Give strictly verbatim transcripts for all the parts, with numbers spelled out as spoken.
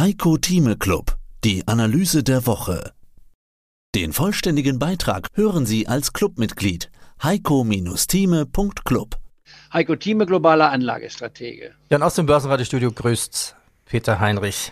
Heiko Thieme Club, die Analyse der Woche. Den vollständigen Beitrag hören Sie als Clubmitglied heiko Thieme Punkt Club. Heiko Thieme, globaler Anlagestratege. Ja, und aus dem Börsenradiostudio grüßt Peter Heinrich.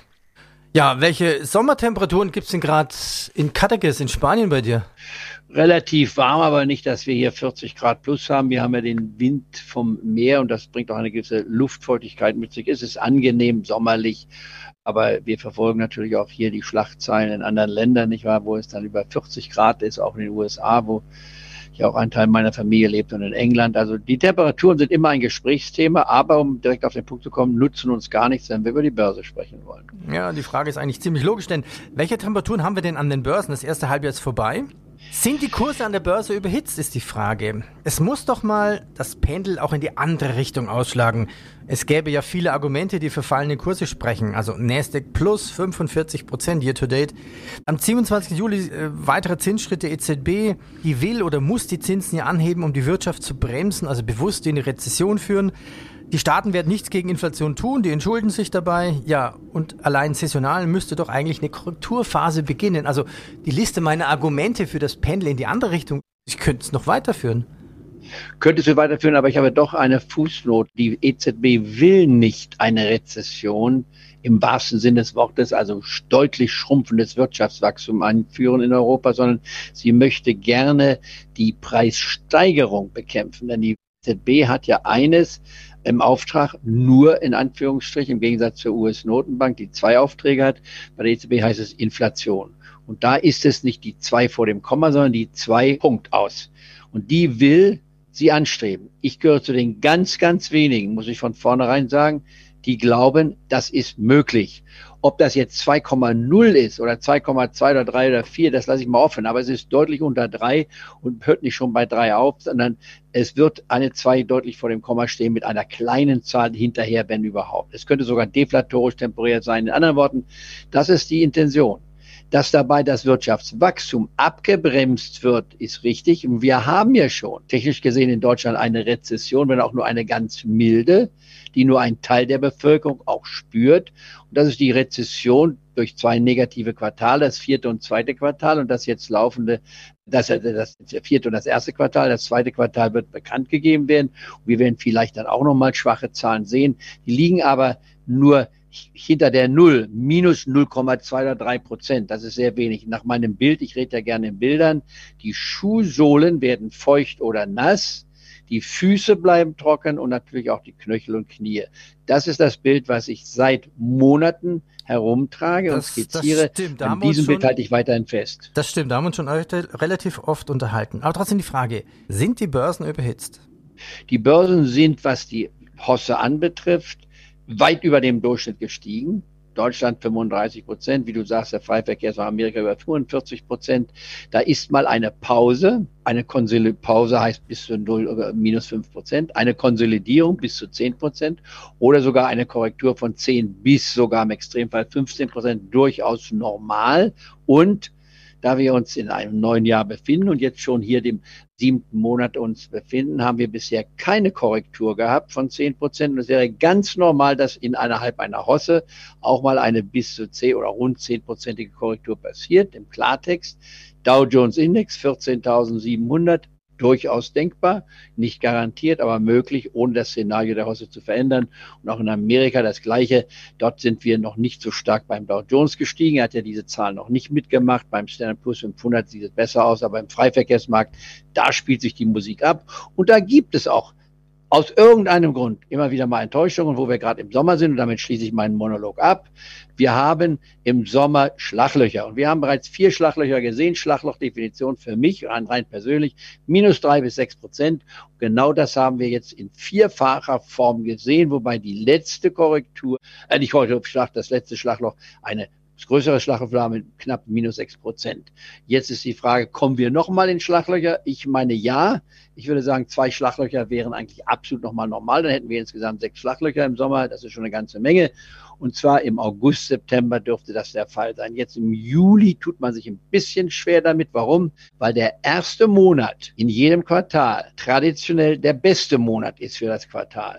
Ja, welche Sommertemperaturen gibt es denn gerade in Cadaqués in Spanien bei dir? Relativ warm, aber nicht, dass wir hier vierzig Grad plus haben. Wir haben ja den Wind vom Meer und das bringt auch eine gewisse Luftfeuchtigkeit mit sich. Es ist angenehm, sommerlich, aber wir verfolgen natürlich auch hier die Schlagzeilen in anderen Ländern, nicht wahr, wo es dann über vierzig Grad ist, auch in den U S A, wo ja auch ein Teil meiner Familie lebt, und in England. Also die Temperaturen sind immer ein Gesprächsthema, aber um direkt auf den Punkt zu kommen, nutzen uns gar nichts, wenn wir über die Börse sprechen wollen. Ja, die Frage ist eigentlich ziemlich logisch, denn welche Temperaturen haben wir denn an den Börsen? Das erste Halbjahr ist vorbei. Sind die Kurse an der Börse überhitzt, ist die Frage. Es muss doch mal das Pendel auch in die andere Richtung ausschlagen. Es gäbe ja viele Argumente, die für fallende Kurse sprechen. Also Nasdaq plus fünfundvierzig Prozent year to date. Am siebenundzwanzigsten Juli äh, weitere Zinsschritte E Z B. Die will oder muss die Zinsen ja anheben, um die Wirtschaft zu bremsen, also bewusst in die Rezession führen. Die Staaten werden nichts gegen Inflation tun, die entschulden sich dabei. Ja, und allein saisonal müsste doch eigentlich eine Korrekturphase beginnen. Also die Liste meiner Argumente für das Pendel in die andere Richtung, ich könnte es noch weiterführen. Könntest du weiterführen, aber ich habe doch eine Fußnote. Die E Z B will nicht eine Rezession im wahrsten Sinne des Wortes, also deutlich schrumpfendes Wirtschaftswachstum einführen in Europa, sondern sie möchte gerne die Preissteigerung bekämpfen. Denn die E Z B hat ja eines im Auftrag, nur in Anführungsstrichen, im Gegensatz zur U S-Notenbank, die zwei Aufträge hat. Bei der E Z B heißt es Inflation. Und da ist es nicht die zwei vor dem Komma, sondern die zwei Punkt aus. Und die will sie anstreben. Ich gehöre zu den ganz, ganz wenigen, muss ich von vornherein sagen, die glauben, das ist möglich. Ob das jetzt zwei Komma null ist oder zwei Komma zwei oder drei oder vier, das lasse ich mal offen. Aber es ist deutlich unter drei und hört nicht schon bei drei auf, sondern es wird eine zwei deutlich vor dem Komma stehen mit einer kleinen Zahl hinterher, wenn überhaupt. Es könnte sogar deflatorisch temporär sein. In anderen Worten, das ist die Intention. Dass dabei das Wirtschaftswachstum abgebremst wird, ist richtig. Und wir haben ja schon technisch gesehen in Deutschland eine Rezession, wenn auch nur eine ganz milde, die nur ein Teil der Bevölkerung auch spürt. Und das ist die Rezession durch zwei negative Quartale, das vierte und zweite Quartal und das jetzt laufende, das, das vierte und das erste Quartal. Das zweite Quartal wird bekannt gegeben werden. Und wir werden vielleicht dann auch nochmal schwache Zahlen sehen. Die liegen aber nur hinter der Null, minus null Komma zwei oder drei Prozent. Das ist sehr wenig. Nach meinem Bild, ich rede ja gerne in Bildern, die Schuhsohlen werden feucht oder nass, die Füße bleiben trocken und natürlich auch die Knöchel und Knie. Das ist das Bild, was ich seit Monaten herumtrage das, und skizziere. Das stimmt. An diesem Bild halte ich weiterhin fest. Das stimmt, da haben wir uns schon relativ oft unterhalten. Aber trotzdem die Frage, sind die Börsen überhitzt? Die Börsen sind, was die Hosse anbetrifft, weit über dem Durchschnitt gestiegen. Deutschland fünfunddreißig Prozent, wie du sagst, der Freiverkehr ist auch Amerika über fünfundvierzig Prozent. Da ist mal eine Pause, eine Konsolidierung, Pause heißt bis zu null oder minus fünf Prozent, eine Konsolidierung bis zu zehn Prozent oder sogar eine Korrektur von zehn bis sogar im Extremfall fünfzehn Prozent durchaus normal. Und da wir uns in einem neuen Jahr befinden und jetzt schon hier dem siebten Monat uns befinden, haben wir bisher keine Korrektur gehabt von zehn Prozent. Und es wäre ganz normal, dass innerhalb einer Hosse auch mal eine bis zu zehn oder rund zehnprozentige Korrektur passiert. Im Klartext Dow Jones Index vierzehntausendsiebenhundert, durchaus denkbar, nicht garantiert, aber möglich, ohne das Szenario der Hosse zu verändern. Und auch in Amerika das Gleiche. Dort sind wir noch nicht so stark beim Dow Jones gestiegen. Er hat ja diese Zahlen noch nicht mitgemacht. Beim Standard and Poor's fünfhundert sieht es besser aus, aber im Freiverkehrsmarkt, da spielt sich die Musik ab. Und da gibt es auch aus irgendeinem Grund immer wieder mal Enttäuschungen, wo wir gerade im Sommer sind, und damit schließe ich meinen Monolog ab. Wir haben im Sommer Schlaglöcher und wir haben bereits vier Schlaglöcher gesehen. Schlaglochdefinition für mich rein, rein persönlich minus drei bis sechs Prozent. Genau das haben wir jetzt in vierfacher Form gesehen, wobei die letzte Korrektur, äh nicht heute Schlag, das letzte Schlagloch eine das größere Schlagloch war mit knapp minus sechs Prozent. Jetzt ist die Frage, kommen wir nochmal in Schlaglöcher? Ich meine ja. Ich würde sagen, zwei Schlaglöcher wären eigentlich absolut nochmal normal. Dann hätten wir insgesamt sechs Schlaglöcher im Sommer. Das ist schon eine ganze Menge. Und zwar im August, September dürfte das der Fall sein. Jetzt im Juli tut man sich ein bisschen schwer damit. Warum? Weil der erste Monat in jedem Quartal traditionell der beste Monat ist für das Quartal.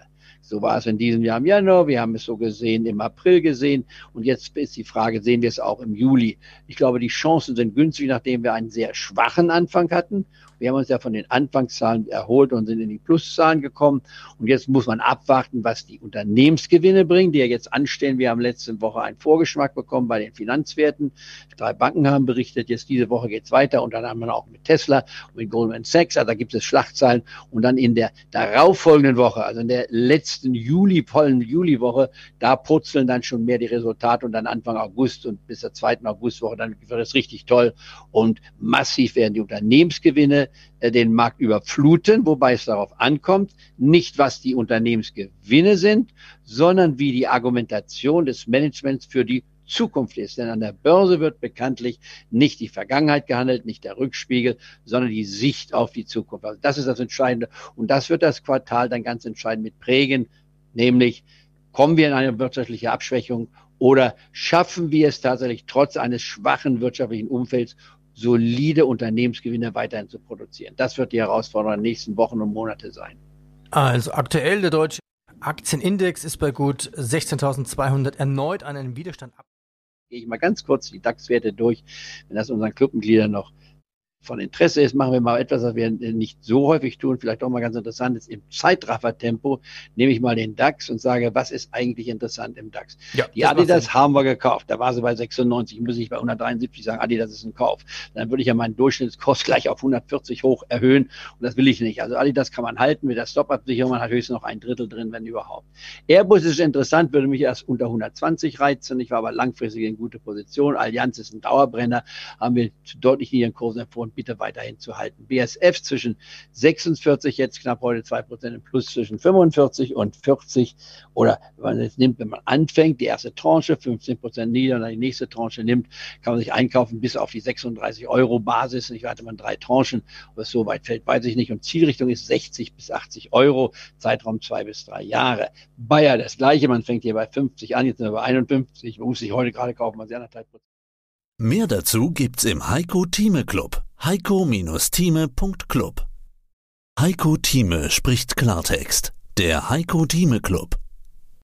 So war es in diesem Jahr im Januar, wir haben es so gesehen im April gesehen und jetzt ist die Frage, sehen wir es auch im Juli? Ich glaube, die Chancen sind günstig, nachdem wir einen sehr schwachen Anfang hatten. Wir haben uns ja von den Anfangszahlen erholt und sind in die Pluszahlen gekommen. Und jetzt muss man abwarten, was die Unternehmensgewinne bringen, die ja jetzt anstehen. Wir haben letzte Woche einen Vorgeschmack bekommen bei den Finanzwerten. Drei Banken haben berichtet, jetzt diese Woche geht es weiter. Und dann haben wir auch mit Tesla und mit Goldman Sachs, also da gibt es Schlagzeilen. Und dann in der darauffolgenden Woche, also in der letzten Juli, vollen Juliwoche, da purzeln dann schon mehr die Resultate und dann Anfang August und bis zur zweiten Augustwoche, dann wird es richtig toll. Und massiv werden die Unternehmensgewinne den Markt überfluten, wobei es darauf ankommt, nicht was die Unternehmensgewinne sind, sondern wie die Argumentation des Managements für die Zukunft ist. Denn an der Börse wird bekanntlich nicht die Vergangenheit gehandelt, nicht der Rückspiegel, sondern die Sicht auf die Zukunft. Also das ist das Entscheidende und das wird das Quartal dann ganz entscheidend mit prägen, nämlich kommen wir in eine wirtschaftliche Abschwächung oder schaffen wir es tatsächlich trotz eines schwachen wirtschaftlichen Umfelds solide Unternehmensgewinne weiterhin zu produzieren. Das wird die Herausforderung in den nächsten Wochen und Monate sein. Also aktuell der deutsche Aktienindex ist bei gut sechzehntausendzweihundert erneut an einem Widerstand ab. Gehe ich mal ganz kurz die DAX-Werte durch, wenn das unseren Clubmitgliedern noch von Interesse ist, machen wir mal etwas, was wir nicht so häufig tun, vielleicht auch mal ganz interessant ist, im Zeitraffertempo nehme ich mal den DAX und sage, was ist eigentlich interessant im DAX? Ja, die Adidas haben wir gekauft, da war sie bei sechsundneunzig, muss ich bei hundertdreiundsiebzig sagen, Adidas ist ein Kauf. Dann würde ich ja meinen Durchschnittskurs gleich auf hundertvierzig hoch erhöhen und das will ich nicht. Also Adidas kann man halten mit der Stop-Absicherung, man hat höchstens noch ein Drittel drin, wenn überhaupt. Airbus ist interessant, würde mich erst unter hundertzwanzig reizen, ich war aber langfristig in gute Position. Allianz ist ein Dauerbrenner, haben wir zu deutlich niedrigen Kursen empfohlen, bitte weiterhin zu halten. B A S F zwischen sechsundvierzig, jetzt knapp heute zwei Prozent im Plus, zwischen fünfundvierzig und vierzig oder wenn man es nimmt, wenn man anfängt, die erste Tranche fünfzehn Prozent nieder und dann die nächste Tranche nimmt, kann man sich einkaufen bis auf die sechsunddreißig Euro Basis. Ich hatte mal drei Tranchen, ob es so weit fällt, weiß ich nicht. Und Zielrichtung ist sechzig bis achtzig Euro, Zeitraum zwei bis drei Jahre. Bayer das gleiche, man fängt hier bei fünfzig an, jetzt sind wir bei einundfünfzig, man muss sich heute gerade kaufen, mal anderthalb Prozent. Mehr dazu gibt's im Heiko Thieme Club. heiko Thieme Punkt club. Heiko Thieme spricht Klartext. Der Heiko Thieme Club.